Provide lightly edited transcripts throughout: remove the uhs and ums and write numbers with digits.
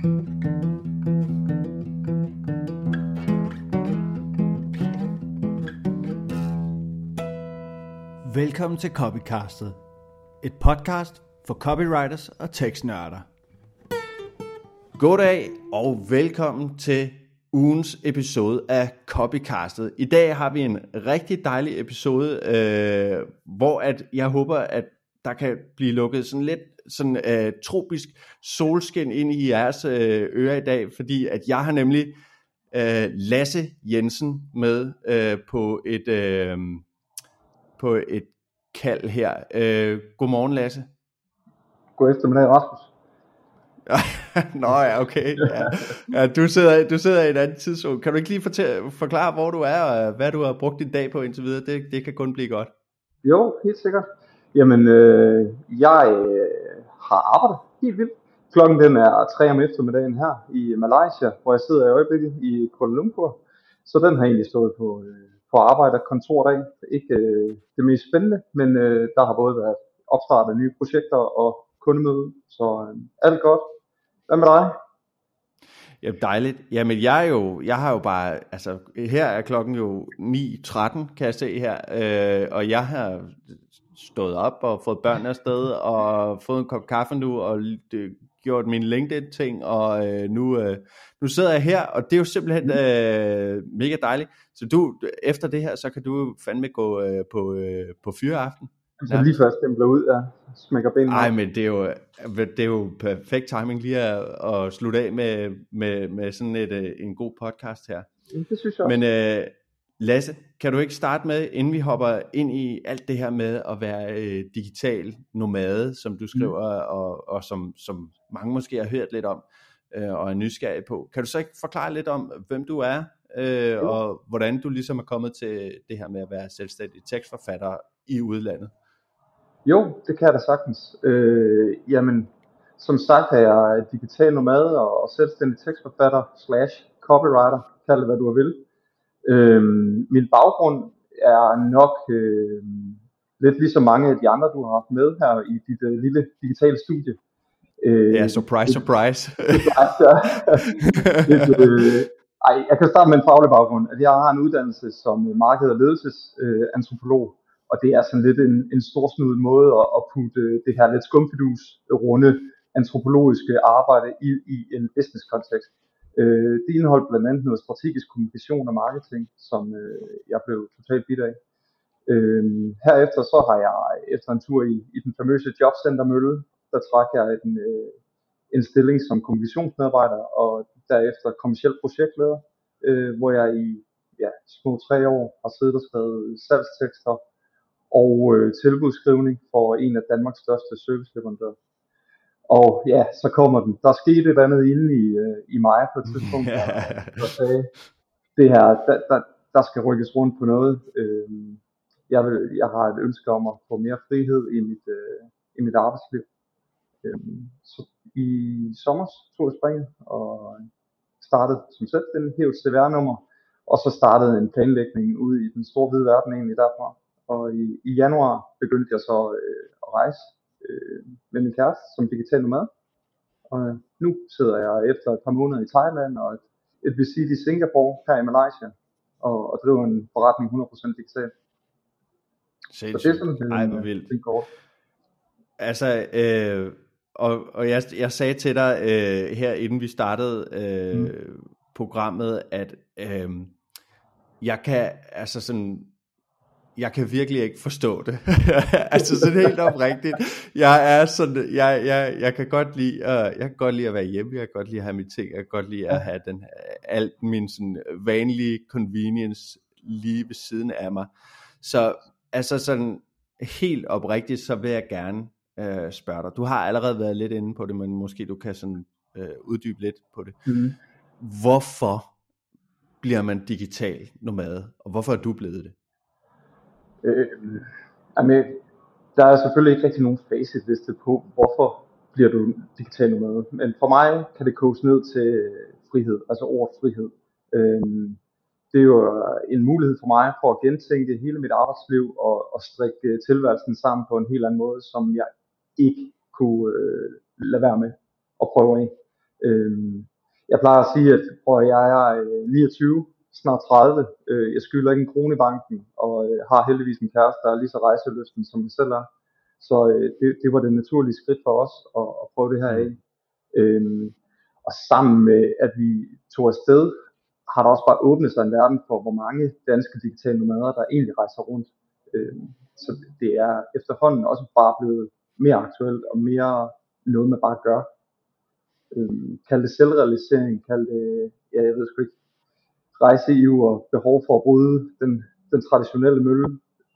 Velkommen til Copycastet, et podcast for copywriters og tekstnørder. Goddag og velkommen til ugens episode af Copycastet. I dag har vi en rigtig dejlig episode, hvor jeg håber, at der kan blive lukket sådan lidt tropisk solskin ind i jeres ører i dag, fordi at jeg har nemlig Lasse Jensen med på et kald her. Godmorgen, Lasse. God eftermiddag, Rasmus. Nå ja, okay. Ja, du sidder i en anden tidszone. Kan du ikke lige forklare, hvor du er, og hvad du har brugt din dag på indtil videre? Det kan kun blive godt. Jo, helt sikkert. Jamen, jeg har arbejdet helt vildt. Klokken den er 3 om eftermiddagen her i Malaysia, hvor jeg sidder i øjeblikket i Kuala Lumpur. Så den har egentlig stået på arbejde og kontordag. Ikke det mest spændende, men der har både været opstart af nye projekter og kundemøde, så alt godt. Hvad med dig? Ja, dejligt. Jamen jeg har jo bare, altså her er klokken jo 9:13, kan jeg se her, og jeg har stået op og fået børn afsted og fået en kop kaffe nu og gjort min LinkedIn-ting, og nu sidder jeg her, og det er jo simpelthen mega dejligt. Så efter det her, så kan du fandme gå på fyreaften. Så lige først den blev ud, smækker benene. Nej, men det er jo perfekt timing lige at slutte af med sådan en god podcast her. Det synes jeg også. Men Lasse, kan du ikke starte med, inden vi hopper ind i alt det her med at være digital nomade, som du skriver, og som mange måske har hørt lidt om, og er nysgerrig på. Kan du så ikke forklare lidt om, hvem du er, og hvordan du ligesom er kommet til det her med at være selvstændig tekstforfatter i udlandet? Jo, det kan jeg da sagtens. Jamen, som sagt er jeg digital nomade og selvstændig tekstforfatter / copywriter, kald det hvad du vil. Min baggrund er nok lidt ligesom mange af de andre, du har haft med her i dit lille digitale studie. Ja, surprise. Jeg kan starte med en faglig baggrund. Jeg har en uddannelse som marked- og ledelsesantropolog, og det er sådan lidt en storsnudet måde at putte det her lidt skumfidus runde antropologiske arbejde i en business kontekst. Det indeholdt blandt andet noget strategisk kommunikation og marketing, som jeg blev totalt bidt af. Herefter så har jeg efter en tur i den famøse jobcentermølle, der trak jeg en stilling som kommunikationsmedarbejder og derefter kommerciel projektleder, hvor jeg i små 3 år har siddet og skrevet salgstekster og tilbudsskrivning for en af Danmarks største serviceleverandører. Og ja, så kommer den. Der skete et andet inde i mig på et tidspunkt, der sagde, det her, der skal rykkes rundt på noget. Jeg har et ønske om at få mere frihed i mit arbejdsliv. Så i sommer tog jeg springet og startede som selvstændig, hævet CVR-nummer, og så startede en planlægning ude i den store hvide verden egentlig derfra. Og i januar begyndte jeg så at rejse med min kæreste som digital nomad. Og nu sidder jeg efter et par måneder i Thailand og et visit i Singapore her i Malaysia og driver en forretning 100% digital. Så det er sådan en kort. Altså, og jeg sagde til dig her inden vi startede programmet, at jeg kan virkelig ikke forstå det. Altså sådan helt oprigtigt. Jeg kan godt lide at være hjemme, jeg kan godt lide at have mine ting, jeg kan godt lide at have alt min sådan vanlige convenience lige ved siden af mig. Så altså sådan helt oprigtigt, så vil jeg gerne spørge dig. Du har allerede været lidt inde på det, men måske du kan sådan uddybe lidt på det. Hvorfor bliver man digital nomade, og hvorfor er du blevet det? Der er selvfølgelig ikke rigtig nogen facitliste på, hvorfor bliver du digital nomade. Men for mig kan det koges ned til frihed, altså ordet frihed. Det er jo en mulighed for mig for at gentænke hele mit arbejdsliv og strikke tilværelsen sammen på en helt anden måde, som jeg ikke kunne lade være med at prøve af. Jeg plejer at sige, at jeg er 29, snart 30. Jeg skylder ikke en krone i banken, og har heldigvis en kæreste, der er lige så rejseløsten, som jeg selv er. Så det var det naturlige skridt for os at prøve det her af. Og sammen med, at vi tog afsted, har der også bare åbnet sig en verden for, hvor mange danske digitale nomader, der egentlig rejser rundt. Så det er efterhånden også bare blevet mere aktuelt og mere noget, man bare gør. Kald det selvrealisering, kald det, ja, jeg ved sgu ikke, rejseiver og behov for at bryde den traditionelle mølle.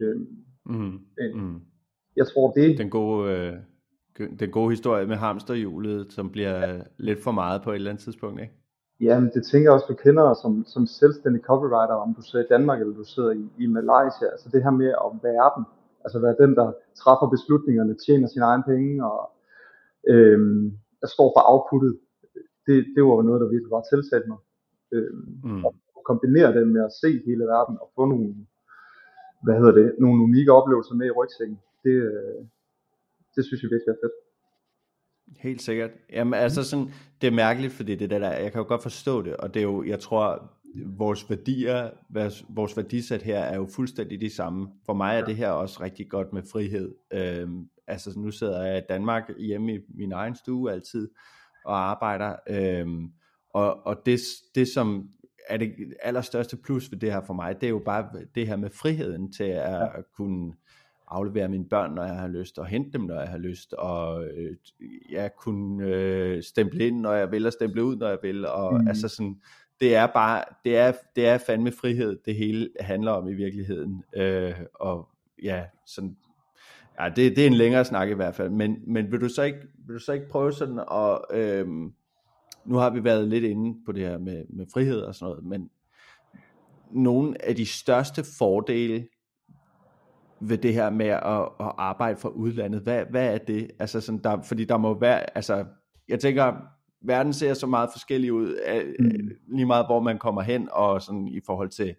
Jeg tror det. Den gode historie med hamsterhjulet, som bliver lidt for meget på et eller andet tidspunkt, ikke? Jamen, det tænker jeg også, du kender som selvstændig copywriter, om du sidder i Danmark eller du sidder i Malaysia. Altså det her med at være den, altså være den, der træffer beslutningerne, tjener sine egne penge og der står for outputtet. Det var noget, der virkelig var tilsat mig. Og kombinere det med at se hele verden og få nogle unikke oplevelser med i rygsækken. Det synes jeg virkelig er fedt. Helt sikkert. Jamen altså sådan, det er mærkeligt, fordi det der, jeg kan jo godt forstå det, og det er jo, jeg tror, vores værdisæt her er jo fuldstændig de samme. For mig er det her også rigtig godt med frihed. Altså nu sidder jeg i Danmark hjemme i min egen stue altid og arbejder, og det som er det allerstørste plus ved det her for mig, det er jo bare det her med friheden til at kunne aflevere mine børn, når jeg har lyst, og hente dem, når jeg har lyst, og jeg kunne stemple ind, når jeg vil, og stemple ud, når jeg vil, og altså sådan, det er bare, det er fandme frihed, det hele handler om i virkeligheden, og ja, sådan, ja, det er en længere snak i hvert fald, men vil du så ikke prøve sådan, og nu har vi været lidt inde på det her med frihed og sådan noget, men nogle af de største fordele ved det her med at arbejde fra udlandet, hvad er det? Altså sådan fordi der må være, altså jeg tænker, verden ser så meget forskellig ud, lige meget hvor man kommer hen, og sådan i forhold til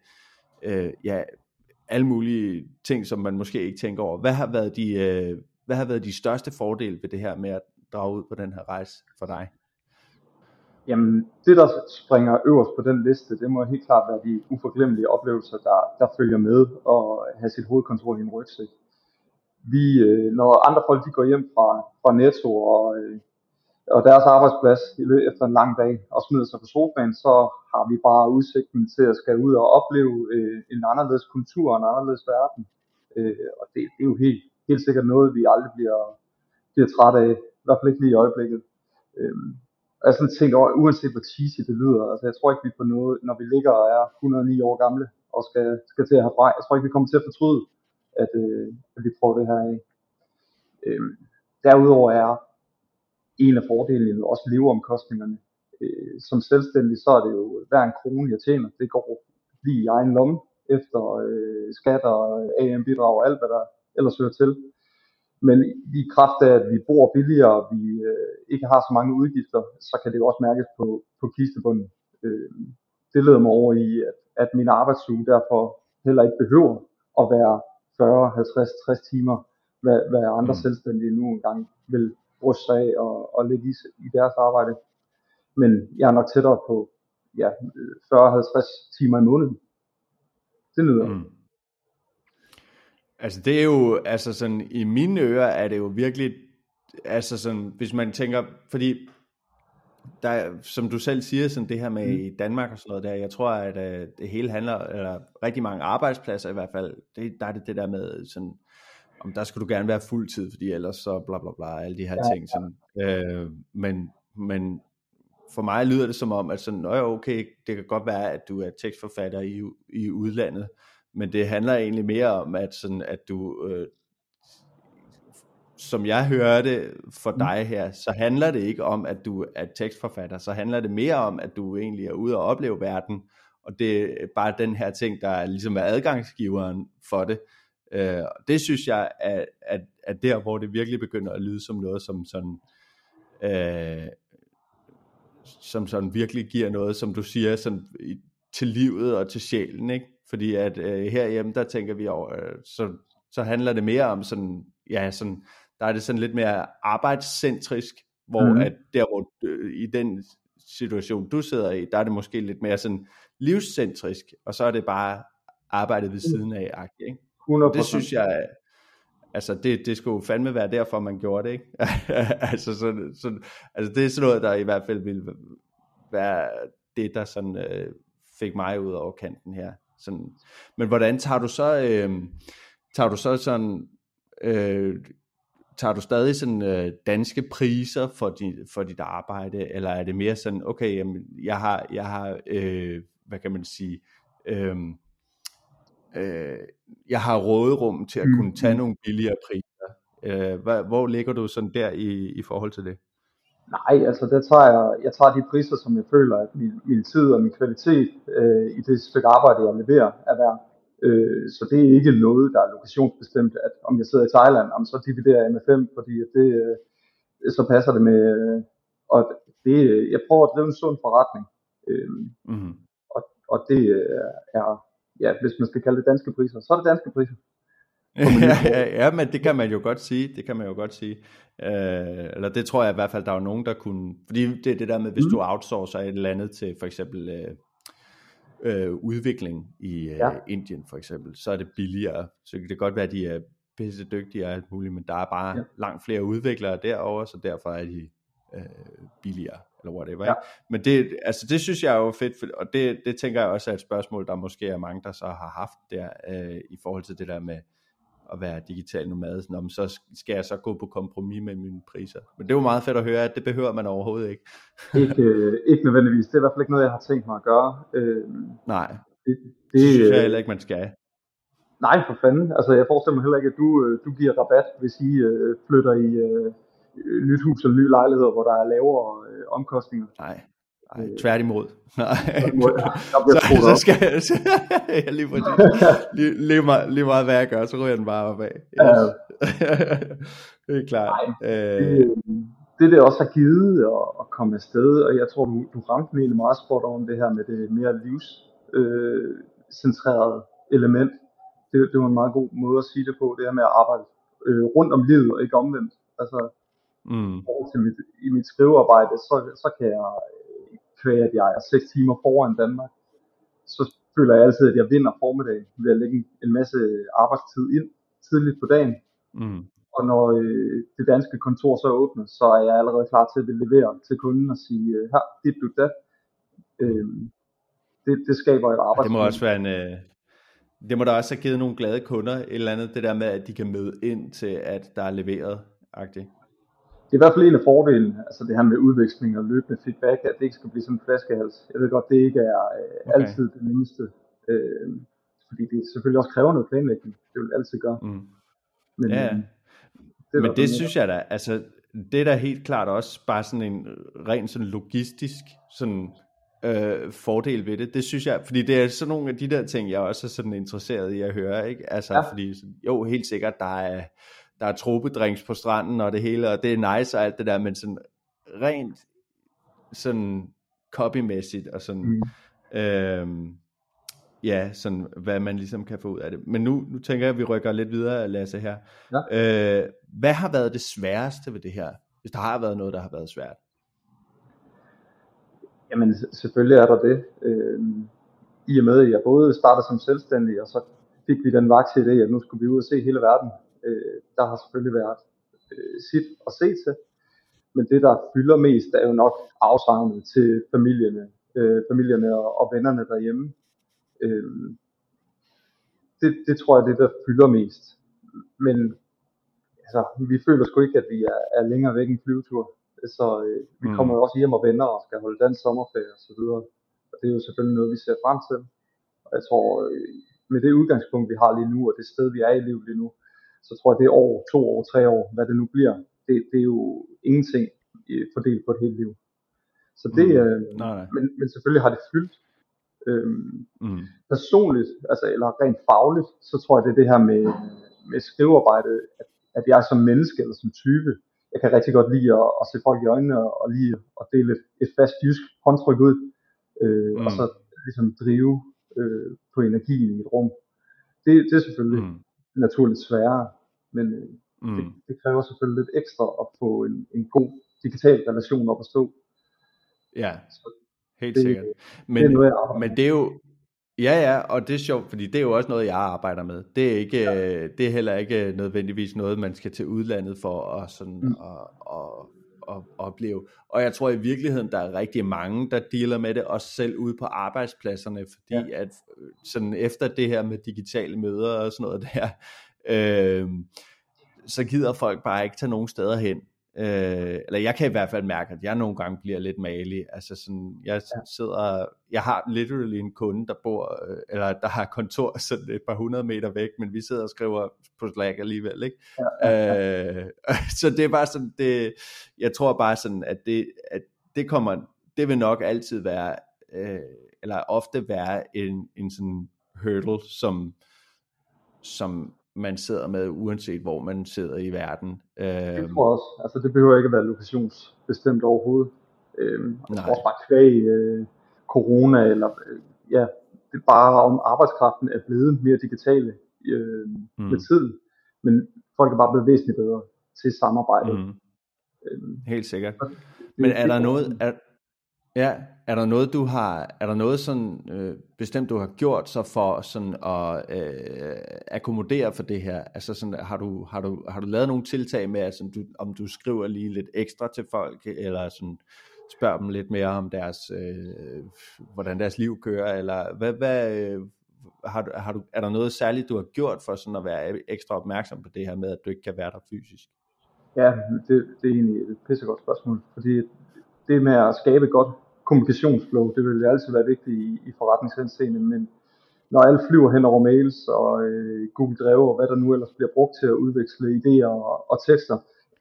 alle mulige ting, som man måske ikke tænker over. Hvad har været de største fordele ved det her med at drage ud på den her rejse for dig? Jamen, det der springer øverst på den liste, det må helt klart være de uforglemmelige oplevelser, der følger med og have sit hovedkontor i en rygsæk. Når andre folk de går hjem fra Netto og deres arbejdsplads efter en lang dag og smider sig på sofaen, så har vi bare udsigten til at skal ud og opleve en anderledes kultur og en anderledes verden. Og det er jo helt sikkert noget, vi aldrig bliver træt af, i hvert fald ikke lige i øjeblikket. Og jeg sådan tænkt over, uanset hvor cheesy det lyder, altså jeg tror ikke vi på noget, når vi ligger og er 109 år gamle og skal til herfra, jeg tror ikke vi kommer til at fortryde, at vi prøver det her af. Derudover er en af fordelene også leveomkostningerne. Som selvstændig, så er det jo hver en krone jeg tjener, det går lige i egen lomme efter skat og AM-bidrag og alt hvad der ellers hører til. Men i kraft af, at vi bor billigere, og vi ikke har så mange udgifter, så kan det jo også mærkes på kistebunden. Det leder mig over i, at min arbejdsuge derfor heller ikke behøver at være 40, 50, 60 timer, hvad andre selvstændige nu engang vil bryste sig af og lægge i deres arbejde. Men jeg er nok tættere på 40-50 timer i måneden. Det lyder. Altså det er jo, altså sådan, i mine ører er det jo virkelig, altså sådan, hvis man tænker, fordi der, som du selv siger, sådan det her med i Danmark og sådan noget der, jeg tror, at det hele handler, eller rigtig mange arbejdspladser i hvert fald, der er det der med sådan, om der skal du gerne være fuldtid, fordi ellers så bla bla bla, alle de her ting, sådan, men for mig lyder det som om, at sådan, okay, det kan godt være, at du er tekstforfatter i udlandet, men det handler egentlig mere om, at du, som jeg hører det for dig her, så handler det ikke om, at du er tekstforfatter, så handler det mere om, at du egentlig er ude og opleve verden, og det er bare den her ting, der ligesom er adgangsgiveren for det. Det synes jeg er der, hvor det virkelig begynder at lyde som noget, som sådan virkelig giver noget, som du siger, sådan, til livet og til sjælen, ikke? Fordi at herhjemme, der tænker vi over, så handler det mere om sådan, ja, sådan, der er det sådan lidt mere arbejdscentrisk, hvor at der hvor i den situation du sidder i, der er det måske lidt mere sådan livscentrisk, og så er det bare arbejdet ved siden af, ikke? 100%. Det synes jeg, altså det skulle jo fandme være derfor man gjorde det, ikke? Altså det er sådan noget, der i hvert fald ville være det, der sådan fik mig ud over kanten her. Sådan. Men hvordan tager du så sådan tager du stadig sådan danske priser for dit arbejde, eller er det mere sådan, okay, jamen, jeg har hvad kan man sige, jeg har råderum til at kunne tage nogle billigere priser. Hvor ligger du sådan der i forhold til det? Nej, altså jeg tager de priser, som jeg føler, at min tid og min kvalitet i det stykke arbejde, jeg leverer, er værd. Så det er ikke noget, der er lokationsbestemt, at om jeg sidder i Thailand, så dividerer jeg med 5, fordi så passer det med, og jeg prøver at drive en sund forretning. Og det er, ja, hvis man skal kalde det danske priser, så er det danske priser. Ja, men det kan man jo godt sige. Eller det tror jeg i hvert fald, der er jo nogen, der kunne, fordi det er det der med, hvis du outsourcer et eller andet til for eksempel udvikling i Indien for eksempel, så er det billigere. Så kan det godt være, at de er pisse dygtige og alt muligt, men der er bare langt flere udviklere derovre, så derfor er de billigere, eller whatever. Ja. Men det synes jeg er jo fedt, og det tænker jeg også er et spørgsmål, der måske er mange, der så har haft der, i forhold til det der med at være digital nomade, så skal jeg så gå på kompromis med mine priser. Men det er jo meget fedt at høre, at det behøver man overhovedet ikke. Ikke nødvendigvis. Det er i hvert fald ikke noget, jeg har tænkt mig at gøre. Nej, det synes jeg heller ikke, man skal. Nej, for fanden. Altså, jeg forestiller mig heller ikke, at du giver rabat, hvis I flytter i nyt hus eller ny lejlighed, hvor der er lavere omkostninger. Nej, tværtimod. Nej. Så skal jeg lige meget hvad jeg gør, så ryger den bare opad. Yes. Det er klart. Det også har givet at komme afsted, og jeg tror, du ramte mig egentlig meget spot om det her med det mere livscentrerede element. Det var en meget god måde at sige det på, det her med at arbejde rundt om livet og ikke omvendt. Altså, i mit skrivearbejde, så kan jeg kvæge, at jeg er 6 timer foran Danmark. Så føler jeg altid, at jeg vinder formiddag ved at lægge en masse arbejdstid ind tidligt på dagen. Og når det danske kontor så åbner, så er jeg allerede klar til at levere til kunden og sige, her, dit du dat. Det skaber et arbejdsliv. Det må også være det må da også have givet nogle glade kunder, et eller andet, det der med, at de kan møde ind til, at der er leveret-agtigt. Det er i hvert fald en af fordelene, altså det her med udveksling og løbende feedback, at det ikke skal blive sådan en flaskehals. Jeg ved godt, det ikke er altid det nemmeste, fordi det selvfølgelig også kræver noget planlægning. Det vil altid gøre. Men, men det synes jeg da, altså det er da helt klart også bare sådan en ren sådan logistisk sådan fordel ved det. Det synes jeg, fordi det er sådan nogle af de der ting, jeg også er sådan interesseret i at høre, ikke? Altså fordi jo, helt sikkert, der er tropedrinks på stranden og det hele, og det er nice og alt det der, men sådan rent sådan copymæssigt og sådan sådan hvad man ligesom kan få ud af det. Men nu tænker jeg, at vi rykker lidt videre, Lasse, her. Hvad har været det sværeste ved det her? Hvis der har været noget, der har været svært? Jamen selvfølgelig er der det. I og med, at jeg både startede som selvstændig, og så fik vi den vakse idé, at nu skulle vi ud og se hele verden. Der har selvfølgelig været sit at se til. Men det, der fylder mest, er jo nok afsavnet til familierne og vennerne derhjemme. Det tror jeg, det der fylder mest. Men altså, vi føler sgu ikke, at vi er længere væk en flyvetur. Så vi kommer jo også hjem og venner og skal holde dansk sommerferie og så videre. Og det er jo selvfølgelig noget, vi ser frem til. Og jeg tror, med det udgangspunkt, vi har lige nu, og det sted, vi er i livet lige nu, så tror jeg, det år, 2 år, 3 år, hvad det nu bliver, det er jo ingenting fordelt på et helt liv. Så det, men selvfølgelig har det fyldt. Personligt, altså, eller rent fagligt, så tror jeg, det er det her med skrivearbejdet, at jeg som menneske eller som type, jeg kan rigtig godt lide at se folk i øjnene og lige at dele et fast jysk håndtryk ud, og så ligesom drive på energien i et rum. Det er selvfølgelig naturligt sværere, men det kræver selvfølgelig lidt ekstra at få en god digital relation op at stå. Ja, Så helt det, sikkert. det er Men, noget, jeg arbejder men med. det er jo, ja, og det er sjovt, fordi det er jo også noget, jeg arbejder med. Det er ikke, det er heller ikke nødvendigvis noget, man skal til udlandet for at sådan at opleve. Og jeg tror i virkeligheden, der er rigtig mange, der dealer med det, også selv ude på arbejdspladserne, fordi at sådan efter det her med digitale møder og sådan noget der, så gider folk bare ikke tage nogen steder hen. Eller jeg kan i hvert fald mærke, at jeg nogle gange bliver lidt malig. Altså sådan, jeg har literally en kunde, der bor, eller der har kontor sådan et par 100 meter væk, men vi sidder og skriver på Slack alligevel, ikke? Så det er bare sådan, jeg tror bare sådan, at det vil nok altid være, eller ofte være en sådan hurdle, som man sidder med, uanset hvor man sidder i verden. Det tror jeg også. Altså, det behøver ikke at være lokationsbestemt overhovedet. Jeg tror også bare kvæg corona, eller det er bare om arbejdskraften er blevet mere digitale med tiden. Men folk er bare blevet væsentligt bedre til samarbejdet. Helt sikkert. Men er der noget... Er der noget sådan bestemt du har gjort så for sådan at akkommodere for det her? Altså sådan, har du lavet nogle tiltag med, altså om du skriver lige lidt ekstra til folk, eller sådan spørger dem lidt mere om deres hvordan deres liv kører, eller er der noget særligt du har gjort for sådan at være ekstra opmærksom på det her med, at du ikke kan være der fysisk? Ja, det er egentlig et pissegodt spørgsmål, fordi det med at skabe et godt kommunikationsflow, det vil altid være vigtigt i forretningshenseende, men når alle flyver hen over mails og Google Drive og hvad der nu ellers bliver brugt til at udveksle idéer og tekster,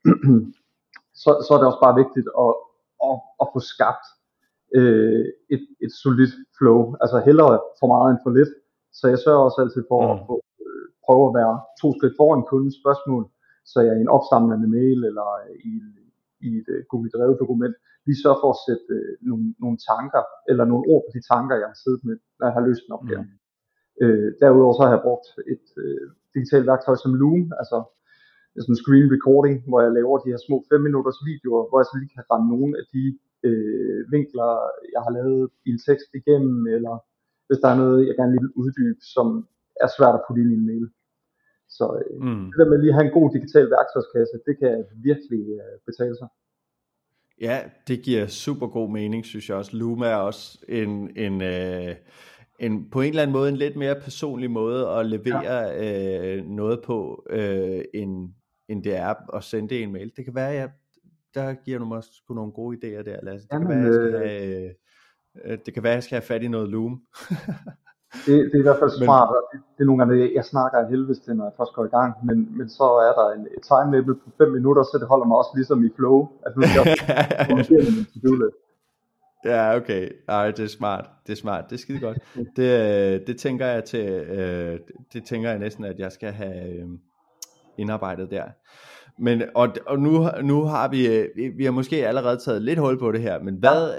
så er det også bare vigtigt at få skabt et solidt flow, altså hellere for meget end for lidt. Så jeg sørger også altid for at prøve at være 2 skridt foran kundens spørgsmål, så jeg i en opsamlende mail eller i et Google Drive dokument lige sørger for at sætte nogle tanker, eller nogle ord på de tanker, jeg har siddet med, når jeg har løst en opgave. Derudover så har jeg brugt et digitalt værktøj som Loom, altså sådan en screen recording, hvor jeg laver de her små 5 minutters videoer, hvor jeg så lige kan ramme nogle af de vinkler, jeg har lavet i en tekst igennem, eller hvis der er noget, jeg gerne lige vil uddybe, som er svært at putte ind i en mail. Så det der med lige at have en god digital værktøjskasse, det kan virkelig betale sig. Ja, det giver super god mening, synes jeg også. Loom er også en på en eller anden måde en lidt mere personlig måde at levere noget på, end det er at sende en mail. Det kan være, der giver du mig sgu nogle gode idéer der, Lasse. Det kan være, jeg skal have fat i noget Loom. Det er i hvert fald smart, og det er nogle gange, jeg snakker af helvede til, når jeg først går i gang, men så er der et time limit på 5 minutter, så det holder mig også ligesom i flow, at nu skal jeg kommentere med min to-do-list. Ja, okay. Ej, det er smart. Det er skide godt. Det tænker jeg det tænker jeg næsten, at jeg skal have indarbejdet der. Men og nu har vi har måske allerede taget lidt hul på det her, men hvad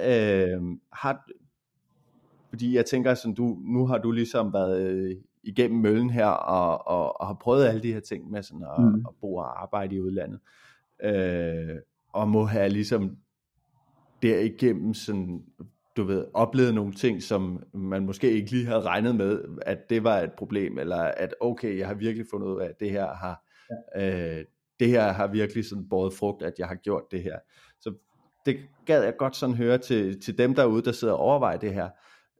fordi jeg tænker sådan, nu har du ligesom været igennem møllen her og har prøvet alle de her ting med sådan at bo og arbejde i udlandet, og må have ligesom derigennem sådan, du ved, oplevet nogle ting, som man måske ikke lige havde regnet med, at det var et problem, eller at okay, jeg har virkelig fundet ud af, at det her har virkelig sådan båret frugt, at jeg har gjort det her. Så det gad jeg godt sådan høre til dem derude, der sidder og overvejer det her.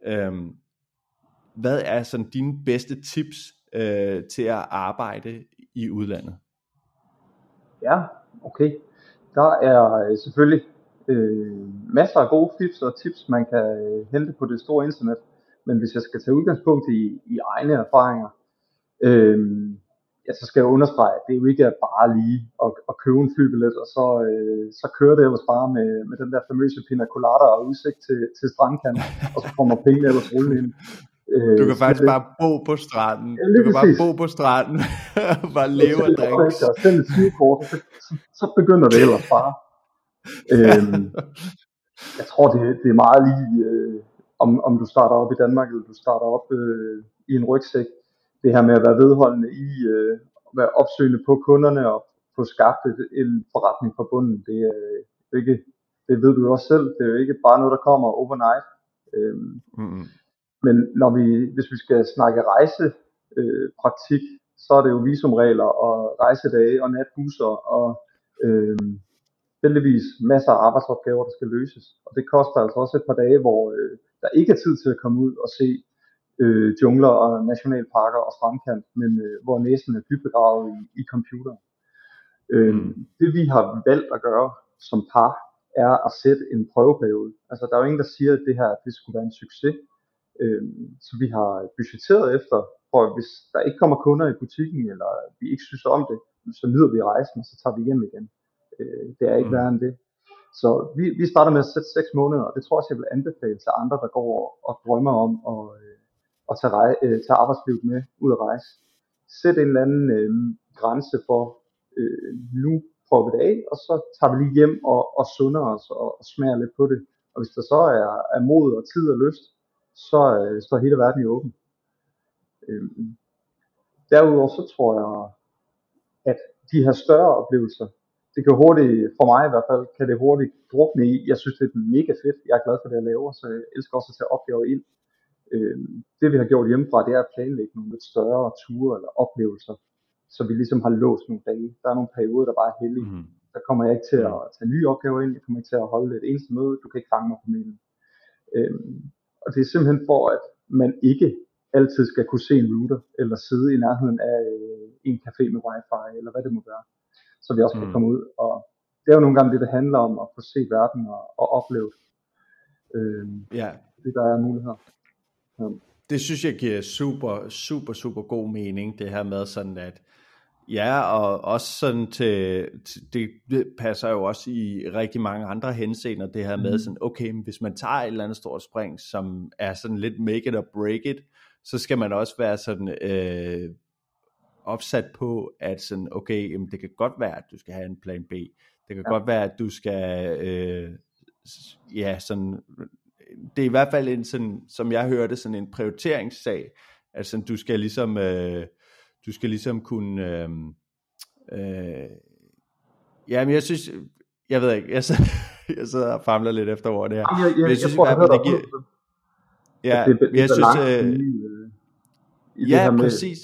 Hvad er sådan dine bedste tips til at arbejde i udlandet? Ja, okay. Der er selvfølgelig masser af gode tips, man kan hente på det store internet. Men hvis jeg skal tage udgangspunkt i egne erfaringer, så skal jeg understrege, at det jo ikke er bare lige at købe en flybillet, og så kører det ellers bare med den der famøse pina colada og udsigt til strandkanten, og så kommer pengene ellers rullende ind. Du kan faktisk bare bo på stranden. Du kan bare bo på stranden og bare leve af drinks. Og sende et sivkort, så begynder det ellers bare. Jeg tror, det er meget lige, om du starter op i Danmark, eller du starter op i en rygsæk. Det her med at være vedholdende i, være opsøgende på kunderne og få skabt en forretning fra bunden, Det ved du jo også selv, det er jo ikke bare noget, der kommer overnight. Mm. Men hvis vi skal snakke praktik, så er det jo visumregler og rejsedage og natbusser og heldigvis masser af arbejdsopgaver, der skal løses. Og det koster altså også et par dage, hvor der ikke er tid til at komme ud og se jungler og nationalparker og strandkant, men hvor næsen er dybt begravet i computeren. Det vi har valgt at gøre som par, er at sætte en prøveperiode. Altså der er jo ingen, der siger, at det her det skulle være en succes. Så vi har budgetteret efter, for hvis der ikke kommer kunder i butikken, eller vi ikke synes om det, så nyder vi rejsen, og så tager vi hjem igen. Det er ikke værre end det. Så vi starter med at sætte 6 måneder, og det tror jeg vil anbefale til andre, der går og drømmer om at tage arbejdslivet med ud at rejse. Sæt en eller anden grænse for, nu prøver vi det af, og så tager vi lige hjem og sunder os og smager lidt på det. Og hvis der så er mod og tid og lyst, så står hele verden i åben. Derudover så tror jeg, at de her større oplevelser, det kan hurtigt, for mig i hvert fald, kan det hurtigt drukne i. Jeg synes, det er mega fedt. Jeg er glad for det, jeg laver, så jeg elsker også at tage opgaver ind. Det vi har gjort hjemmefra, det er at planlægge nogle lidt større ture eller oplevelser, så vi ligesom har låst nogle dage. Der er nogle perioder, der bare er heldige. Der kommer jeg ikke til at tage nye opgaver ind. Jeg kommer ikke til at holde et eneste møde. Du kan ikke fange mig på mailen. Og det er simpelthen for, at man ikke altid skal kunne se en router, eller sidde i nærheden af en café med wifi, eller hvad det må være. Så vi også kan komme ud. Og det er jo nogle gange det handler om, at få set verden og opleve det, der er muligheder. Det synes jeg giver super god mening, det her med sådan at, og også sådan det passer jo også i rigtig mange andre henseender, det her med sådan, okay, men hvis man tager et eller andet stort spring, som er sådan lidt make it or break it, så skal man også være sådan opsat på, at sådan, okay, jamen, det kan godt være, at du skal have en plan B. Det kan godt være, at du skal, sådan, det er i hvert fald en sådan, som jeg hørte, sådan en prioriteringssag. Altså, du skal ligesom kunne, men jeg synes, jeg ved ikke, jeg sidder og famler lidt efter over det her. Jeg synes i hvert fald, det giver, ja, præcis.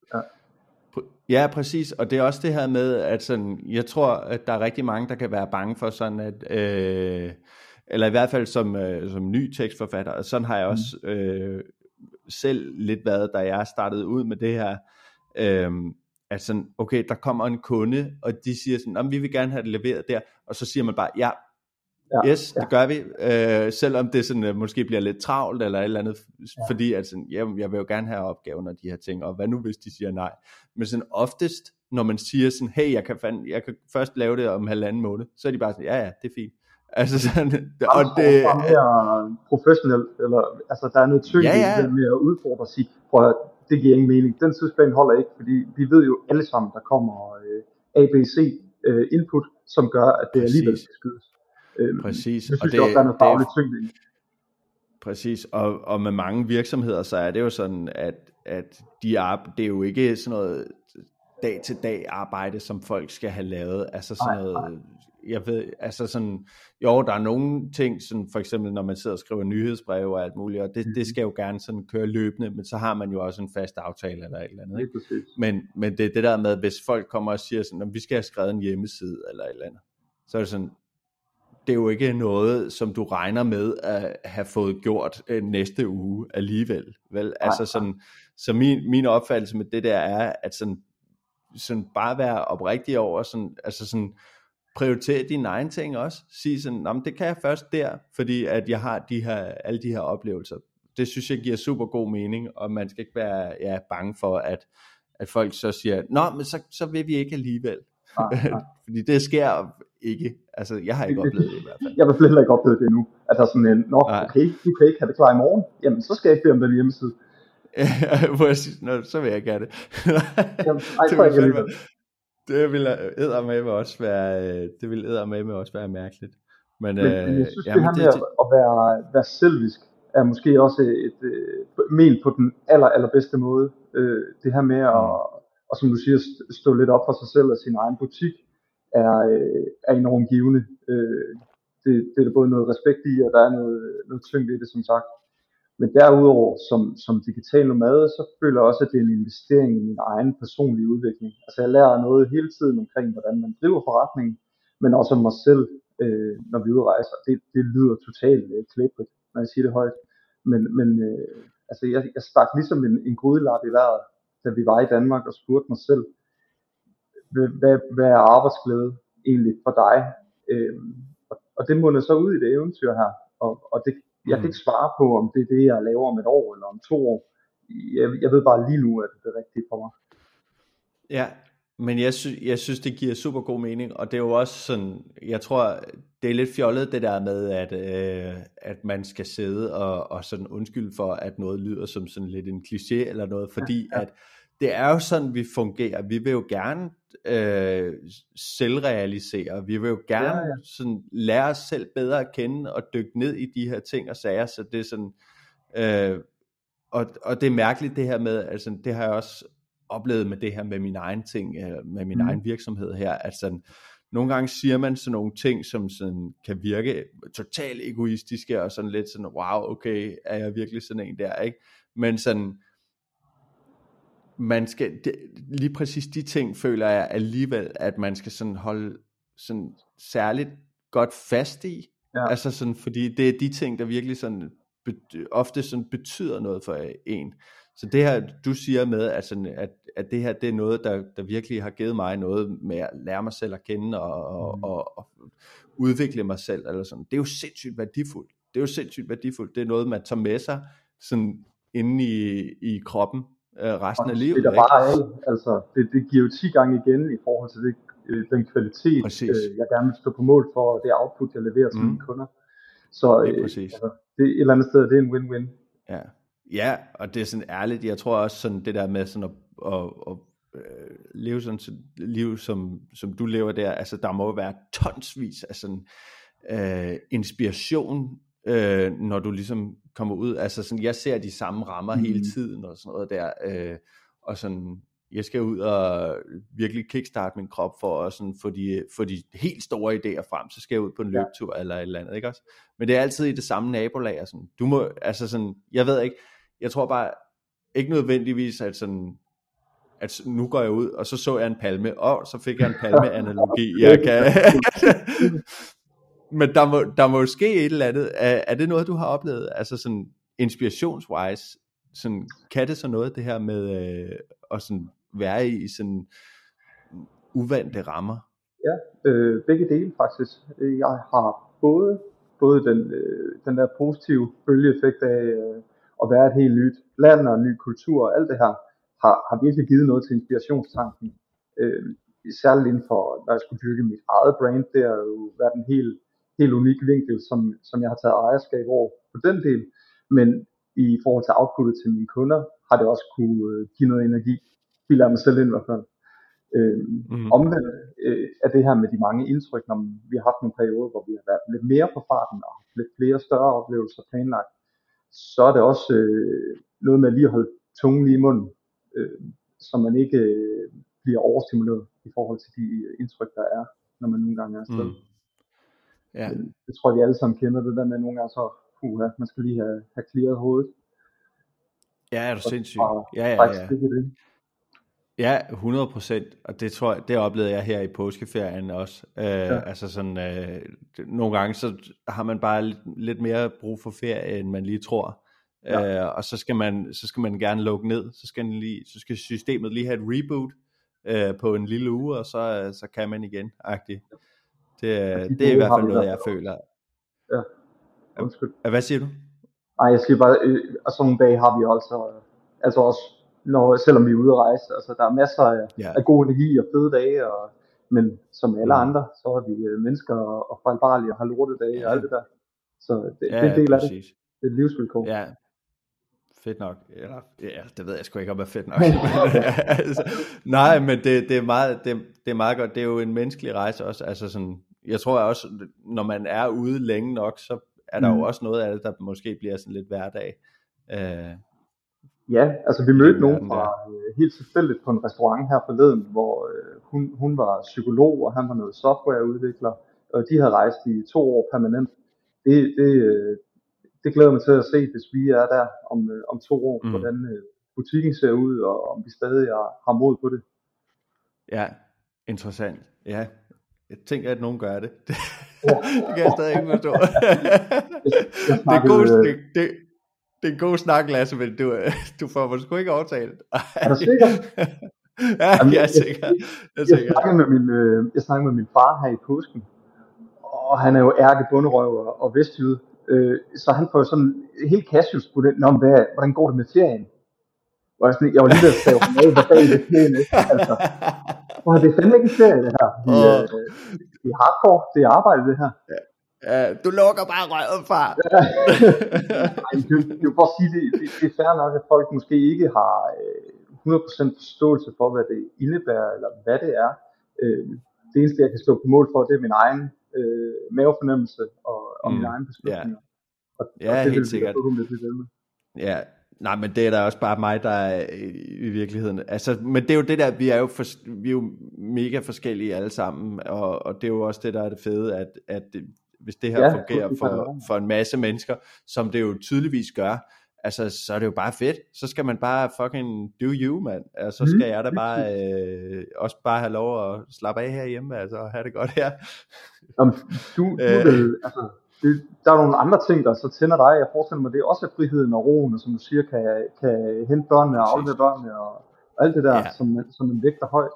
Ja, præcis, og det er også det her med, at sådan, jeg tror, at der er rigtig mange, der kan være bange for sådan, at, eller i hvert fald som ny tekstforfatter, og sådan har jeg også selv lidt været, da jeg startede ud med det her, at sådan, okay, der kommer en kunde, og de siger sådan, vi vil gerne have det leveret der, og så siger man bare, det gør vi, selvom det sådan, måske bliver lidt travlt, eller et eller andet, fordi at sådan, jeg vil jo gerne have opgaven og de her ting, og hvad nu hvis de siger nej, men sådan oftest, når man siger sådan, hey, jeg kan først lave det om 1,5 måned, så er de bare sådan, ja, det er fint. Altså sådan, og det er mere professionelt, eller altså der er noget tyngde med at udfordre og sige, prøv at det giver ingen mening. Den tidsplan holder ikke, fordi vi ved jo alle sammen, der kommer ABC input, som gør, at det alligevel skal skydes. Præcis. Det synes jeg også, der er noget fagligt tyngde i. Præcis, og med mange virksomheder, så er det jo sådan, at det er jo ikke sådan noget dag-til-dag arbejde, som folk skal have lavet. Altså sådan noget, jeg ved, altså sådan, jo, der er nogle ting, sådan for eksempel når man sidder og skriver nyhedsbreve og alt muligt, og det skal jo gerne sådan køre løbende, men så har man jo også en fast aftale eller et eller andet, ikke? Men det er det der med, hvis folk kommer og siger sådan, at vi skal have skrevet en hjemmeside eller et eller andet, så er det sådan, det er jo ikke noget, som du regner med at have fået gjort næste uge alligevel, vel? Altså sådan, så min opfattelse med det der er, at sådan bare være oprigtig over, sådan, altså sådan, prioritere dine egne ting også. Sige sådan, det kan jeg først der, fordi at jeg har alle de her oplevelser. Det synes jeg giver super god mening, og man skal ikke være bange for, at folk så siger, men så vil vi ikke alligevel. Fordi det sker ikke. Altså, jeg har ikke oplevet det i hvert fald. Jeg har heller ikke oplevet det endnu. At der er sådan en, okay, du kan ikke have det klar i morgen. Jamen, så skal jeg ikke bede om den hjemmeside. Hvor jeg siger, så vil jeg ikke have det. Det vil eddermame også være mærkeligt. Men jeg synes, det her med at være selvisk er måske også et men på den allerbedste måde. Det her med at, og som du siger, stå lidt op for sig selv og sin egen butik. er enormt givende. Det er der både noget respekt i, og der er noget tyngde i det, som sagt. Men derudover, som digital nomade, så føler jeg også, at det er en investering i min egen personlige udvikling. Altså jeg lærer noget hele tiden omkring, hvordan man driver forretningen, men også om mig selv, når vi udrejser. Det lyder totalt klæbrigt, når jeg siger det højt. Men altså jeg stak ligesom en grydelap i vejret, da vi var i Danmark, og spurgte mig selv, hvad er arbejdsglæde egentlig for dig? Og det munder så ud i det eventyr her, og det, jeg kan ikke svare på, om det er det, jeg laver om et år eller om 2 år. Jeg ved bare lige nu, at det er det rigtige for mig. Ja, men jeg synes, det giver super god mening, og det er jo også sådan, jeg tror, det er lidt fjollet det der med, at man skal sidde og sådan undskylde for, at noget lyder som sådan lidt en kliché eller noget, fordi at det er jo sådan, vi fungerer. Vi vil jo gerne selvrealisere. Vi vil jo gerne sådan lære os selv bedre at kende og dykke ned i de her ting og sager, så det er sådan, og det er mærkeligt det her med, altså det har jeg også oplevet med det her med min egen ting, med min egen virksomhed her, at sådan, nogle gange siger man sådan nogle ting, som sådan kan virke totalt egoistiske, og sådan lidt sådan, wow, okay, er jeg virkelig sådan en der, ikke? Men sådan, man skal, lige præcis de ting, føler jeg alligevel, at man skal sådan holde sådan særligt godt fast i, altså sådan, fordi det er de ting, der virkelig sådan, ofte sådan betyder noget for en. Så det her, du siger med, at det her, det er noget, der virkelig har givet mig noget med at lære mig selv at kende og udvikle mig selv, eller sådan. Det er jo sindssygt værdifuldt. Det er noget, man tager med sig sådan inde i kroppen resten af livet. Det er der bare altså, det giver jo 10 gange igen i forhold til den kvalitet, jeg gerne vil stå på mål for, og det output, jeg leverer til mine kunder. Så altså, det er et eller andet sted, det er en win-win. Ja, og det er sådan ærligt, jeg tror også sådan det der med sådan at leve sådan et liv, som du lever der, altså der må være tonsvis af sådan inspiration, når du ligesom kommer ud, altså sådan, jeg ser de samme rammer hele tiden, og sådan noget der, og sådan, jeg skal ud og virkelig kickstarte min krop for at sådan få de helt store idéer frem, så skal jeg ud på en løbetur eller et eller andet, ikke også? Men det er altid i det samme nabolag, og sådan, du må, altså sådan, jeg ved ikke, jeg tror bare, ikke nødvendigvis, at sådan, at nu går jeg ud, og så jeg en palme, og så fik jeg en palme-analogi, jeg kan... Men der må ske et eller andet. Er det noget, du har oplevet, altså sådan inspirationswise, sådan, kan det så noget, det her med at sådan være i sådan uvante rammer? Ja, begge dele faktisk. Jeg har både den der positive bølgeeffekt af at være et helt nyt land og en ny kultur, og alt det her har virkelig givet noget til inspirationstanken. Særligt inden for, når jeg skulle dyrke mit eget brand, det har jo været en helt unik vinkel, som jeg har taget ejerskab over på den del. Men i forhold til outputtet til mine kunder, har det også kunne give noget energi. Vi lader mig selv ind i hvert fald. Omvendt er det her med de mange indtryk, når vi har haft nogle perioder, hvor vi har været lidt mere på farten og lidt flere større oplevelser planlagt, så er det også noget med lige at holde tungen lige i munden, så man ikke bliver overstimuleret i forhold til de indtryk, der er, når man nogle gange er afsted. Ja. Det tror jeg, vi alle sammen kender, det der med nogle gange så, man skal lige have clearet hovedet. Ja, er du sindssyg? Ja, 100%, og det tror jeg, det oplevede jeg her i påskeferien også. Altså sådan, nogle gange så har man bare lidt mere brug for ferie, end man lige tror. Og så skal man gerne lukke ned, så skal systemet lige have et reboot på en lille uge, og så kan man igen, agtigt. Det er i hvert fald noget, jeg føler. Ja, undskyld. Hvad siger du? Nej, jeg siger bare, og sådan nogle dage har vi altså også, selvom vi er ude at rejse, altså der er masser af god energi og fede dage, men som alle andre, så er vi mennesker og fejlbarlige og har lortedage og alt det der. Så det er en del af det. Det er et livsvilkår. Ja, fedt nok. Eller, ja, det ved jeg sgu ikke om er fedt nok. Nej, men det er meget godt. Det er jo en menneskelig rejse også. Altså sådan, jeg tror også, når man er ude længe nok, så er der jo også noget af det, der måske bliver sådan lidt hverdag. Ja, altså vi i mødte den nogen verden fra der. helt tilfældigt på en restaurant her forleden, hvor hun var psykolog, og han var noget softwareudvikler, og de havde rejst i 2 år permanent. Det glæder mig til at se, hvis vi er der om 2 år, Mm. hvordan butikken ser ud, og om vi stadig har mod på det. Ja, interessant. Ja, jeg tænker, at nogen gør det. Ja. Det kan jeg stadig ikke forstå. Jeg Det er god, snakkede, det er en god snak, Lasse, men du får mig sgu ikke overtalt. er du sikker? Ja, Jamen, jeg er sikker. jeg snakkede med min far her i påsken, og han er jo ærkebunderøv og vestjyde, så han får sådan helt casual spurgt ind, hvordan går det med ferien? Og jeg var lige ved at stave ham af, hvad fanden det er ikke? Altså, det er fandme ikke en ferie, det her. Det er hardcore, det er arbejde, det her. Ja, du lukker bare røven, far. Ej, det er jo for at sige, det er fair nok, at folk måske ikke har 100% forståelse for, hvad det indebærer, eller hvad det er. Det eneste, jeg kan stå på mål for, det er min egen mavefornemmelse og mine egne beslutninger. Og det helt sikkert. Ja, nej, men det er da også bare mig, der er i virkeligheden. Altså, men det er jo det der, vi er jo mega forskellige alle sammen, og det er jo også det, der er det fede, at hvis det her fungerer for en masse mennesker, som det jo tydeligvis gør, altså, så er det jo bare fedt. Så skal man bare fucking do you, mand. Altså, så skal jeg da bare også bare have lov at slappe af herhjemme, altså, og have det godt her. Jamen, altså, der er nogle andre ting, der så tænder dig. Jeg forestiller mig, det er også friheden og roen, og som du siger, kan hente børnene og aflevere børnene, og alt det der, som man vægter højt.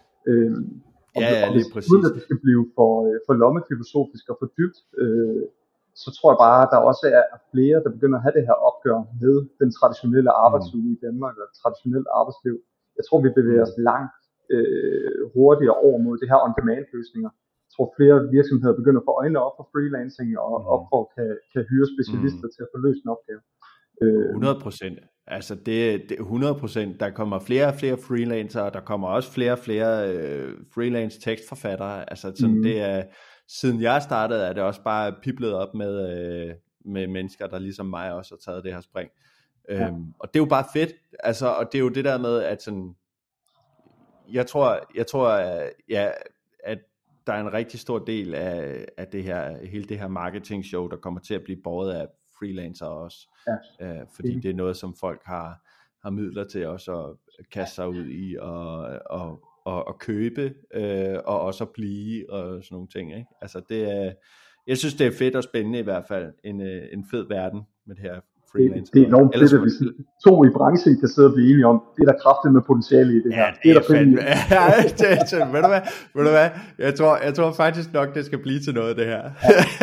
Lige præcis. Uden at det skal blive for lommefilosofisk og for dybt, så tror jeg bare, at der også er flere, der begynder at have det her opgør med den traditionelle arbejdsuge i Danmark, og traditionelt arbejdsliv. Jeg tror, vi bevæger os langt hurtigere over mod det her on-demand-løsninger. Jeg tror, flere virksomheder begynder at få øjnene op for freelancing, og op for kan hyre specialister til at få løst en opgave. 100%. Altså det 100%. Der kommer flere og flere freelancer, og der kommer også flere og flere freelance tekstforfattere. Altså sådan det er, siden jeg startede, er det også bare piblet op med mennesker, der ligesom mig også har taget det her spring. Og det er jo bare fedt. Altså, og det er jo det der med, at sådan, jeg tror at der er en rigtig stor del af det her, hele det her marketing show, der kommer til at blive båret af freelancer også, fordi det er noget, som folk har midler til også at kaste sig ud i og købe, og også at blive og sådan nogle ting, ikke? Altså jeg synes det er fedt og spændende i hvert fald, en fed verden med det her freelancer. Det er enormt fedt, at hvis to i branchen kan sidde og blive enige om, det er der kraftigt med potentiale i det her. Det er fandme. Ved du hvad? Jeg tror faktisk nok, det skal blive til noget, det her.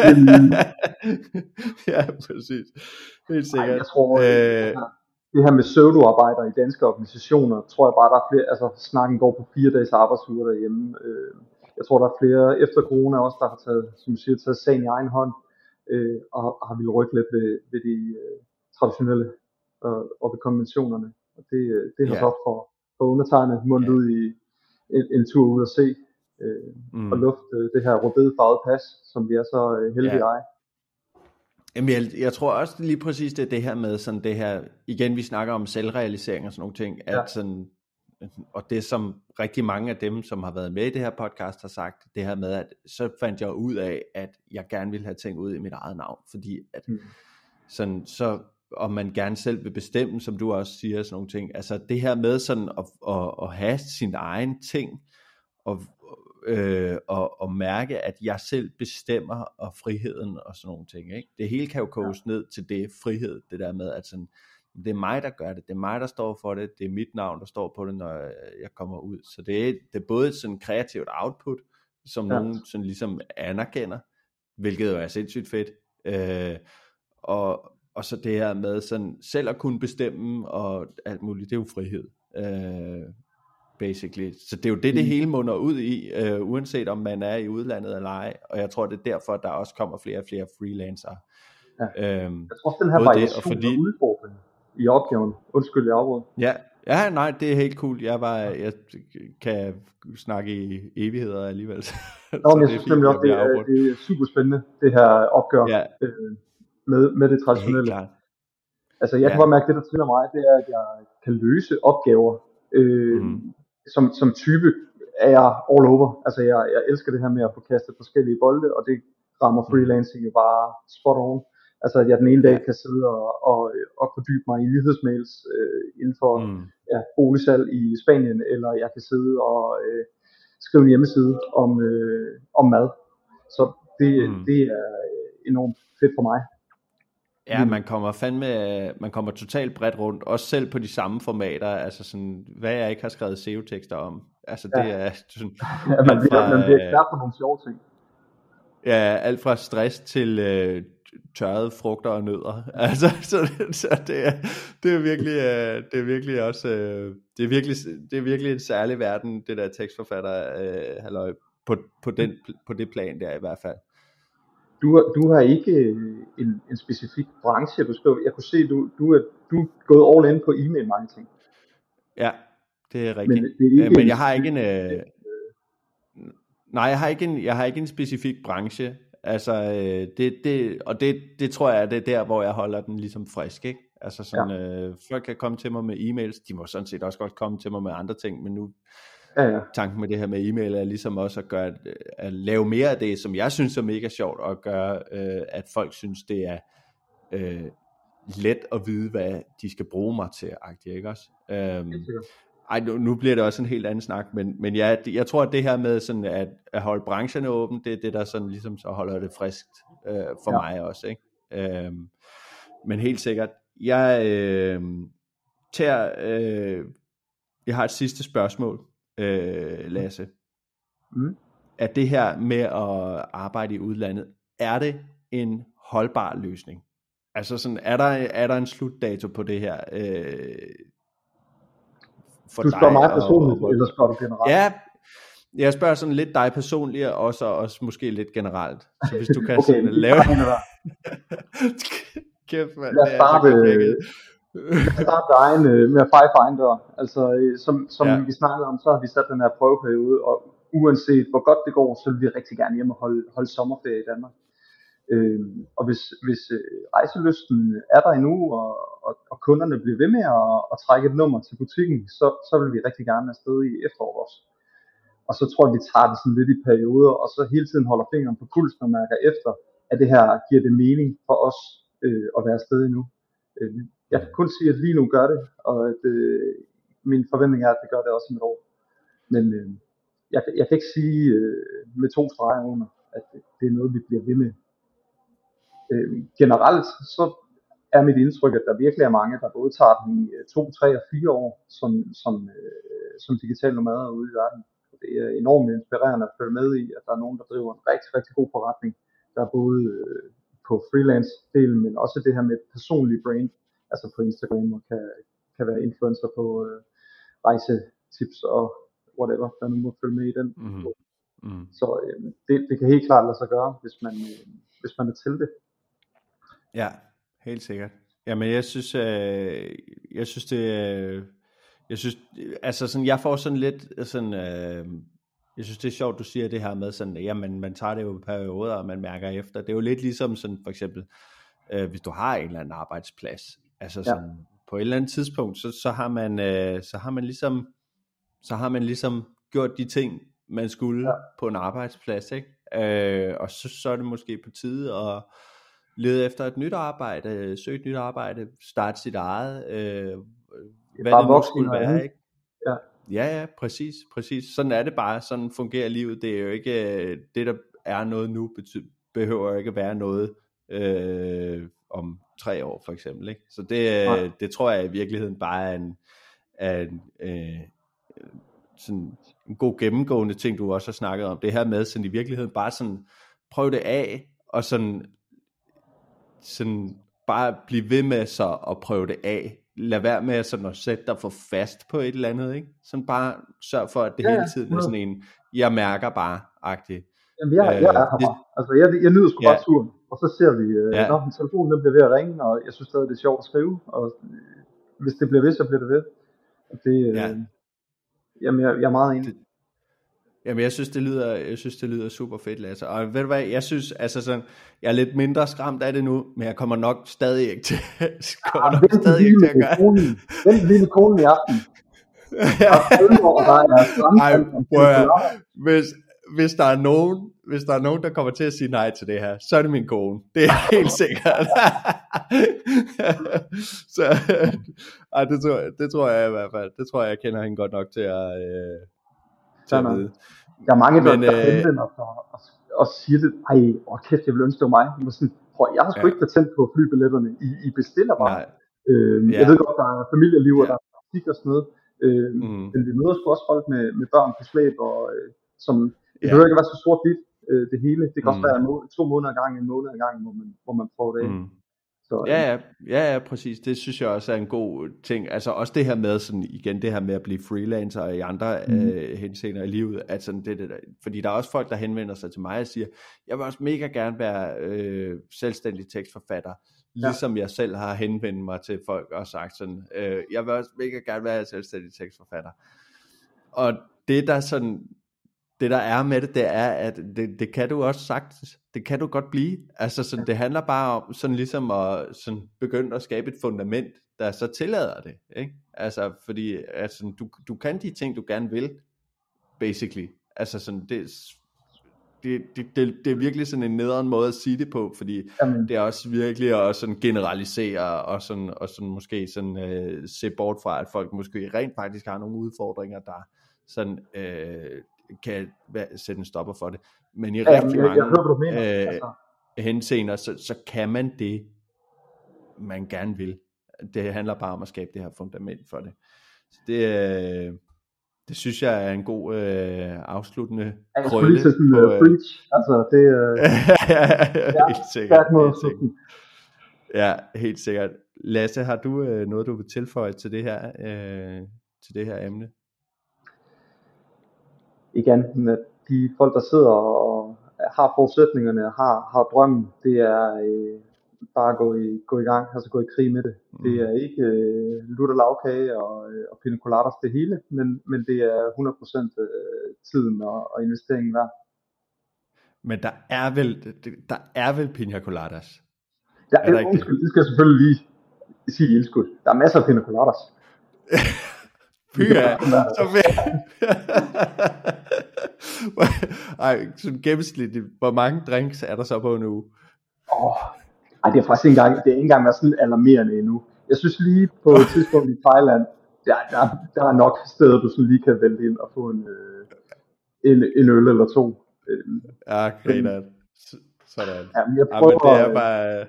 Ja, præcis. Helt sikkert. Jeg tror, det her med pseudoarbejder i danske organisationer, tror jeg bare, der er flere, altså snakken går på 4 dages arbejdsuger derhjemme. Jeg tror, der er flere efter corona også, der har taget, som du siger, taget sagen i egen hånd, og har ville rykke lidt ved de traditionelle og ved konventionerne. Og det har så for undertegnet mundt ud i en tur ud at se og lufte det her rødbedefarvede pas, som vi er så heldige at eje. Jamen, jeg tror også lige præcis det her med sådan det her, igen vi snakker om selvrealisering og sådan nogle ting, at sådan, og det som rigtig mange af dem, som har været med i det her podcast har sagt, det her med, at så fandt jeg ud af, at jeg gerne ville have ting ud i mit eget navn, fordi at sådan, så om man gerne selv vil bestemme, som du også siger, sådan nogle ting, altså det her med sådan at have sin egen ting, og mærke, at jeg selv bestemmer, og friheden og sådan nogle ting, ikke? Det hele kan jo koges ned til det, frihed, det der med, at sådan, det er mig, der gør det, det er mig, der står for det, det er mit navn, der står på det, når jeg kommer ud, så det er både sådan kreativt output, som nogen sådan ligesom anerkender, hvilket jo er sindssygt fedt, og så det her med sådan selv at kunne bestemme, og alt muligt, det er jo frihed, basically. Så det er jo det hele munder ud i, uanset om man er i udlandet eller ej, og jeg tror, det er derfor, at der også kommer flere og flere freelancere. Jeg tror også, den her variation og udfordring i opgaven. Undskyld, jeg afbrød. Ja, nej, det er helt cool. Jeg kan snakke i evigheder alligevel. Jeg synes nemlig også, det er super spændende, det her opgør med det traditionelle. Altså jeg kan Ja. bare mærke, det der triller mig, det er, at jeg kan løse opgaver. Øh, Mm. som type er jeg all over. Altså jeg elsker det her med at få kastet forskellige bolde, og det rammer Mm. freelancing jo bare spot on. Altså at jeg den ene dag Ja. kan sidde og fordybe mig i nyhedsmails inden for Mm. boligsalg i Spanien, eller jeg kan sidde og skrive en hjemmeside om mad. Så Mm. det er enormt fedt for mig. Ja, man kommer totalt bredt rundt, også selv på de samme formater, altså sådan, hvad jeg ikke har skrevet SEO-tekster om. Altså Ja. det er sådan, Ja, man bliver ekspert på nogle sjove ting. Ja, alt fra stress til tørrede frugter og nødder. Altså, så det er virkelig også, det er virkelig en særlig verden, det der tekstforfatter halløj, på det plan der i hvert fald. Du har ikke en specifik branche, du skriver. Jeg kunne se, du er gået all in på e-mail marketing. Ja, det er rigtigt. Men det er ikke men jeg har ikke en... nej, jeg har ikke en specifik branche. Altså, det tror jeg, det er der, hvor jeg holder den ligesom frisk, ikke? Altså sådan, folk kan komme til mig med e-mails, de må sådan set også godt komme til mig med andre ting, men nu tanken med det her med e-mail er ligesom også at lave mere af det, som jeg synes er mega sjovt, og gøre, at folk synes, det er let at vide, hvad de skal bruge mig til, ikke også? Nu bliver det også en helt anden snak, men jeg tror, at det her med sådan at holde brancherne åben, det er det, der sådan ligesom så holder det friskt for mig også, ikke? Men helt sikkert, jeg har et sidste spørgsmål, Lasse. Er det her med at arbejde i udlandet, er det en holdbar løsning? Altså sådan, er der en slutdato på det her? For du spørger mig personligt, eller spørger du generelt? Ja, jeg spørger sådan lidt dig personligt, og også måske lidt generelt. Så hvis du kan okay, sådan lave... Kæft, mand, lad os starte egen med at feje for egen dør. Altså, som vi snakkede om, så har vi sat den her prøveperiode, og uanset hvor godt det går, så vil vi rigtig gerne hjem og holde sommerferie i Danmark. Og hvis rejselysten er der endnu, og kunderne bliver ved med at trække et nummer til butikken, så vil vi rigtig gerne afsted i efteråret også. Og så tror jeg, vi tager det sådan lidt i perioder, og så hele tiden holder fingeren på pulsen og mærker efter, at det her giver det mening for os at være afsted endnu. Jeg kan kun sige, at lige nu gør det, og at min forventning er, at det gør det også om et år. Men jeg kan ikke sige med 2 streger under, at det er noget, vi bliver ved med. Generelt så er mit indtryk, at der virkelig er mange, der både tager den i 2, 3 og 4 år som digital nomader ude i verden. Det er enormt inspirerende at følge med i, at der er nogen, der driver en rigtig, rigtig god forretning, der er både på freelance-delen, men også det her med personlig brand, altså på Instagram, og kan være influencer på rejsetips og whatever, der nu må følge med i den. Så det kan helt klart lade sig gøre, hvis man er til det. Ja, helt sikkert. Jamen, jeg synes altså sådan, jeg får sådan lidt sådan, jeg synes det er sjovt, du siger det her med sådan, jamen man tager det jo på perioder, og man mærker efter. Det er jo lidt ligesom sådan, for eksempel, hvis du har en eller anden arbejdsplads, altså sådan, på et eller andet tidspunkt, så har man ligesom gjort de ting, man skulle på en arbejdsplads, ikke? Og så er det måske på tide at lede efter et nyt arbejde, søge et nyt arbejde, starte sit eget, hvad det nu skulle være, ikke? Ja, præcis. Sådan er det bare, sådan fungerer livet. Det er jo ikke, det der er noget nu, behøver jo ikke at være noget om 3 år for eksempel, ikke? Så det tror jeg i virkeligheden bare er sådan en god gennemgående ting, du også har snakket om. Det her med sådan i virkeligheden bare sådan, prøv det af, og sådan bare blive ved med så at prøve det af. Lad være med sådan at sætte dig for fast på et eller andet, ikke? Sådan bare sørg for, at det hele tiden er sådan en, jeg mærker bare-agtigt. Jamen, jeg er her bare. Altså, jeg nyder sgu bare turen. Og så ser vi, når telefonen den bliver ved at ringe, og jeg synes stadig, det er sjovt at skrive. Og hvis det bliver ved, så bliver det ved. Og det, jamen, jeg er meget enig. Jamen, jeg synes, det lyder super fedt, Lasse. Og ved du hvad, jeg synes, altså sådan, jeg er lidt mindre skræmt af det nu, men jeg kommer nok stadig ikke til, at gøre det. Den lille konen i aften. Der er følger, og der er hvis der er nogen, der kommer til at sige nej til det her, så er det min kone. Det er helt sikkert. Så, det tror jeg i hvert fald. Det tror jeg kender hende godt nok til at vide. Der er mange, der henvender sig og siger det. Kæft, jeg vil ønske, det var mig. Jeg har sgu ikke patent på flybilletterne. I bestiller bare. Jeg ved godt, der er familieliv, og der er praktik og sådan noget. Men vi møder sgu også folk med børn på slæb, og som det behøver ikke at være så stort vidt, det hele. Det kan også være 2 måneder ad gangen, en måned ad gangen, hvor man får det. Så, ja, præcis. Det synes jeg også er en god ting. Altså også det her med sådan igen det her med at blive freelancer og i andre henseender i livet, at sådan det der, fordi der er også folk der henvender sig til mig og siger, jeg vil også mega gerne være selvstændig tekstforfatter, ligesom jeg selv har henvendt mig til folk og sagt sådan, jeg vil også mega gerne være selvstændig tekstforfatter. Og det der er med det er, at det kan du også sagtens. Det kan du godt blive. Altså sådan, det handler bare om sådan ligesom at sådan begynde at skabe et fundament, der så tillader det, ikke? Altså fordi altså, du kan de ting du gerne vil, basically. Altså sådan det er virkelig sådan en nederen måde at sige det på, fordi det er også virkelig at sådan generalisere og sådan måske sådan se bort fra, at folk måske rent faktisk har nogle udfordringer, der sådan kan sætte en stopper for det. Men i rigtig mange henseender, så kan man det, man gerne vil. Det handler bare om at skabe det her fundament for det. Så det synes jeg er en god afsluttende krølle. Altså det helt sikkert. Ja, helt sikkert. Lasse, har du noget du vil tilføje til det her emne? Igen, med de folk der sidder og har forudsætningerne og har drømmen, det er bare at gå i gang, altså gå i krig med det. Det er ikke lutter lavkage og pina coladas det hele, men det er 100% tiden og investeringen værd. Men der er vel pina coladas? Undskyld, det skal jeg selvfølgelig lige sige indskud. Der er masser af pina coladas. Så sådan gennemsnitligt, hvor mange drinks er der så på en uge? Det er faktisk ikke engang været sådan alarmerende endnu. Jeg synes lige på et tidspunkt i Thailand, der er nok steder, du sådan lige kan vælte ind og få en øl eller to. Ja, okay, sådan. Jamen, jeg prøver, det er bare...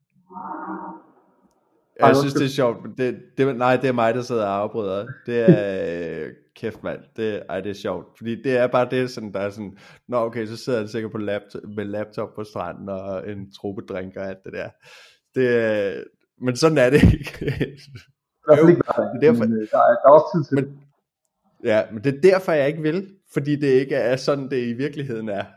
Jeg synes det er sjovt. Det er mig der sidder og afbryder. Det er kæft mand. Det er sjovt, fordi det er bare det sådan der er sådan. Nå okay, så sidder jeg sikkert på med laptop på stranden og en truppedrink og alt det der. Men sådan er det ikke. Der er også tid til. Men det er derfor jeg ikke vil, fordi det ikke er sådan det i virkeligheden er.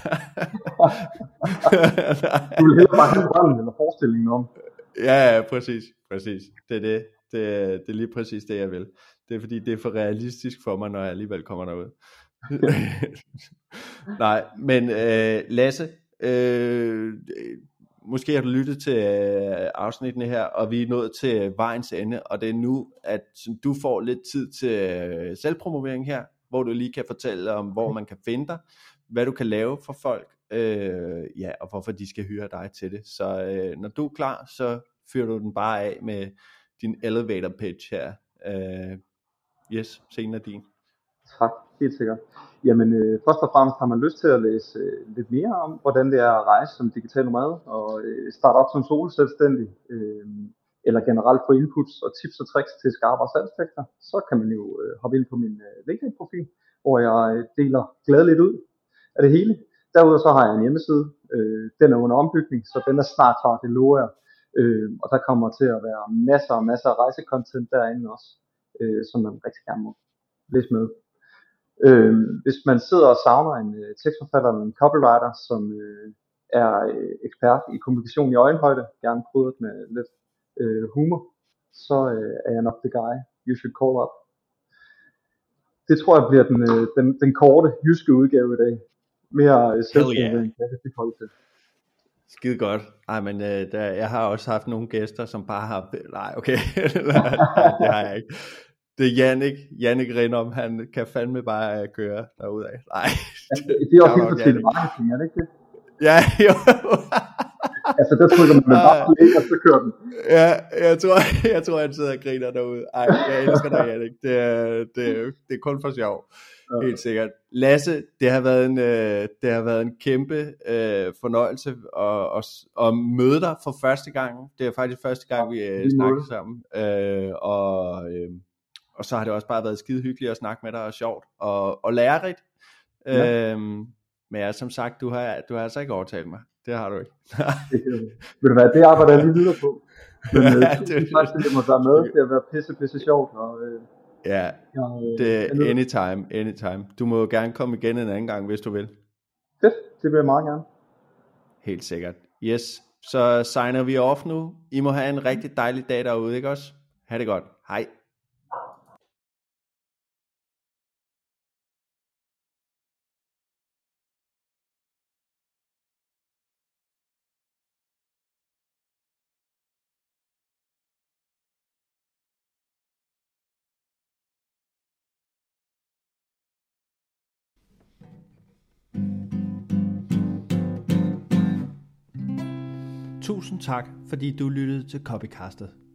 Du vil hellere bare have drømmen eller forestillingen om. Ja, præcis. Det er lige præcis det jeg vil. Det er fordi det er for realistisk for mig, når jeg alligevel kommer derud. Nej, men Lasse, måske har du lyttet til afsnittene her, og vi er nået til vejens ende, og det er nu, at du får lidt tid til selvpromovering her, hvor du lige kan fortælle om, hvor man kan finde dig, hvad du kan lave for folk, og hvorfor de skal hyre dig til det. Så når du er klar, så fyrer du den bare af med din elevator pitch her. Yes, scenen er din. Tak, helt sikkert. Jamen, først og fremmest har man lyst til at læse lidt mere om, hvordan det er at rejse som digital nomad, og starte op som solo-selvstændig, eller generelt få inputs og tips og tricks til skarpere salgstekster, så kan man jo hoppe ind på min LinkedIn-profil, hvor jeg deler gladeligt ud af det hele. Derudover så har jeg en hjemmeside, den er under ombygning, så den er snart klar, det lover jeg. Og der kommer til at være masser af rejsekontent derinde også, som man rigtig gerne må læse med. Hvis man sidder og savner en tekstforfatter eller en copywriter, som er ekspert i kommunikation i øjenhøjde, gerne krydret med lidt humor, så er jeg nok the guy you should call up. Det tror jeg bliver den korte jyske udgave i dag. Mere Hell yeah. selvpromovering, kan jeg holde til. Skide godt. Ej, men jeg har også haft nogle gæster, som bare har... Nej, okay. Nej, det har jeg ikke. Det er Jannik Rindom, han kan fandme bare køre derudad. Nej. Det er også helt for telemarketing, er det ikke det? Ja, jo. Altså, der trykker man bare play, og så kører den. Ja, jeg tror, han sidder og griner derude. Ej, jeg elsker dig, Jannik. Det er kun for sjov. Ja. Helt sikkert. Lasse, det har været en kæmpe fornøjelse at møde dig for første gang. Det er faktisk første gang, vi snakker sammen. Og så har det også bare været skide hyggeligt at snakke med dig, og sjovt og lærerigt. Ja. Men ja, som sagt, du har altså ikke overtalt mig. Det har du ikke. Vil du være, det arbejder jeg lige videre på. Men tusind tak, fordi jeg måtte være med. Det har været pisse sjovt. Og, ja, det er anytime. Du må jo gerne komme igen en anden gang, hvis du vil. Fedt, det vil jeg meget gerne. Helt sikkert. Yes, så signer vi off nu. I må have en rigtig dejlig dag derude, ikke også? Ha' det godt. Hej. Tusind tak, fordi du lyttede til Copycastet.